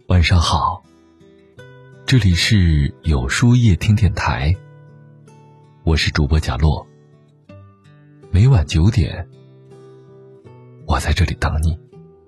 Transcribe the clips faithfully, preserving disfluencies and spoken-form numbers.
晚上好，这里是有书夜听电台，我是主播贾洛。每晚九点，我在这里等你。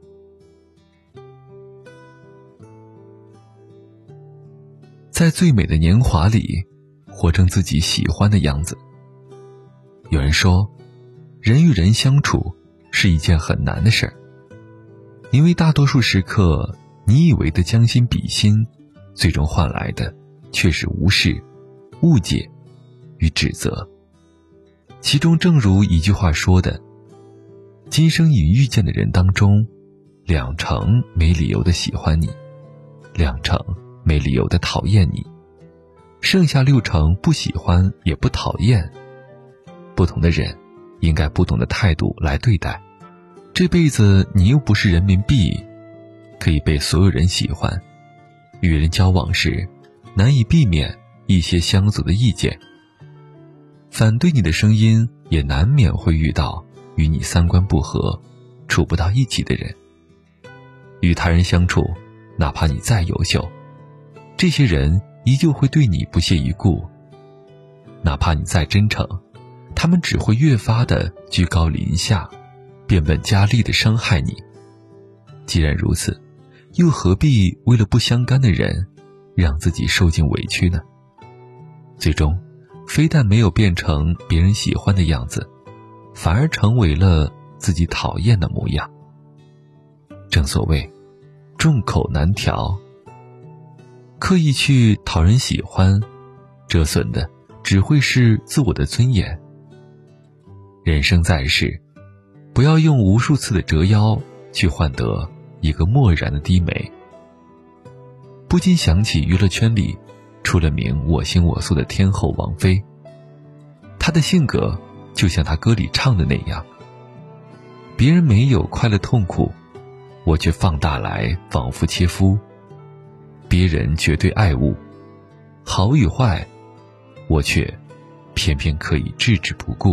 在最美的年华里，活成自己喜欢的样子。有人说，人与人相处是一件很难的事儿，因为大多数时刻，你以为的将心比心，最终换来的却是无视、误解与指责。其中正如一句话说的，今生已遇见的人当中，两成没理由的喜欢你，两成没理由的讨厌你，剩下六成不喜欢也不讨厌。不同的人应该不同的态度来对待。这辈子你又不是人民币，可以被所有人喜欢。与人交往时，难以避免一些相左的意见，反对你的声音也难免会遇到与你三观不合、处不到一起的人。与他人相处，哪怕你再优秀，这些人依旧会对你不屑一顾。哪怕你再真诚，他们只会越发的居高临下，变本加厉地伤害你。既然如此，又何必为了不相干的人让自己受尽委屈呢？最终非但没有变成别人喜欢的样子，反而成为了自己讨厌的模样。正所谓众口难调，刻意去讨人喜欢，折损的只会是自我的尊严。人生在世，不要用无数次的折腰去换得一个漠然的低眉。不禁想起娱乐圈里出了名我行我素的天后王菲，她的性格就像她歌里唱的那样，别人没有快乐痛苦，我却放大来仿佛切肤；别人绝对爱物，好与坏，我却偏偏可以置之不顾。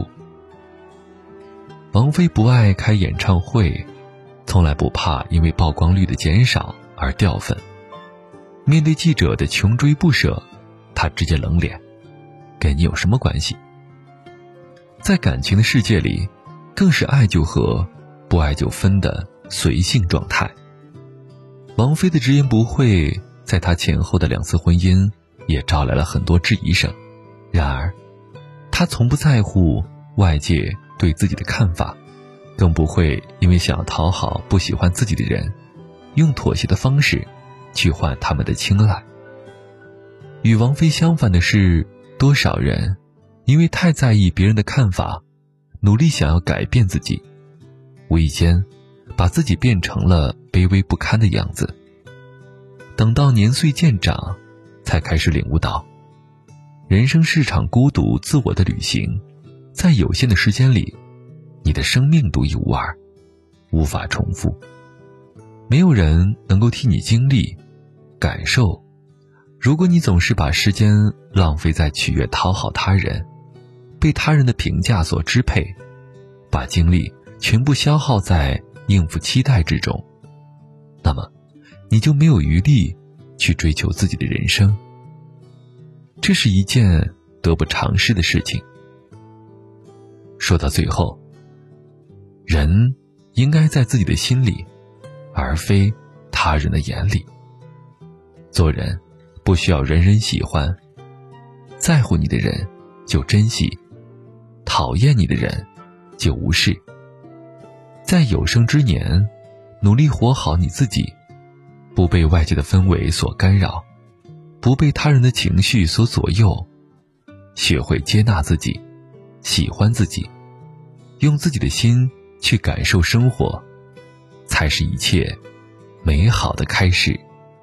王菲不爱开演唱会，从来不怕因为曝光率的减少而掉粉。面对记者的穷追不舍，她直接冷脸，跟你有什么关系？在感情的世界里，更是爱就和，不爱就分的随性状态。王菲的直言不讳，在她前后的两次婚姻也招来了很多质疑声。然而她从不在乎外界对自己的看法，更不会因为想要讨好不喜欢自己的人，用妥协的方式去换他们的青睐。与王菲相反的是，多少人因为太在意别人的看法，努力想要改变自己，无意间把自己变成了卑微不堪的样子。等到年岁渐长，才开始领悟到，人生是场孤独自我的旅行，在有限的时间里，你的生命独一无二，无法重复。没有人能够替你经历、感受。如果你总是把时间浪费在取悦讨好他人，被他人的评价所支配，把精力全部消耗在应付期待之中，那么你就没有余力去追求自己的人生。这是一件得不偿失的事情。说到最后，人应该在自己的心里，而非他人的眼里。做人不需要人人喜欢，在乎你的人就珍惜，讨厌你的人就无视。在有生之年，努力活好你自己，不被外界的氛围所干扰，不被他人的情绪所左右，学会接纳自己，喜欢自己，用自己的心去感受生活，才是一切美好的开始。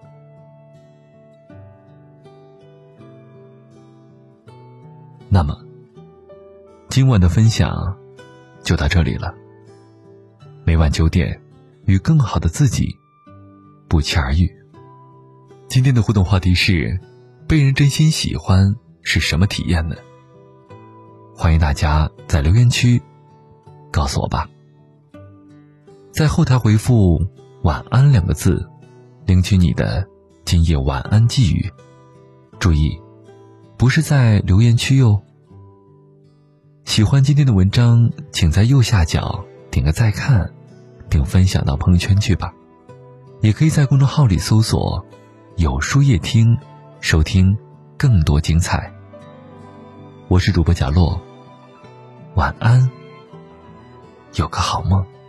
那么，今晚的分享就到这里了。每晚九点，与更好的自己不期而遇。今天的互动话题是：被人真心喜欢是什么体验呢？欢迎大家在留言区告诉我吧。在后台回复晚安两个字，领取你的今夜晚安寄语，注意，不是在留言区哟。喜欢今天的文章，请在右下角点个再看，并分享到朋友圈去吧。也可以在公众号里搜索有书夜听，收听更多精彩。我是主播贾洛，晚安，有个好梦。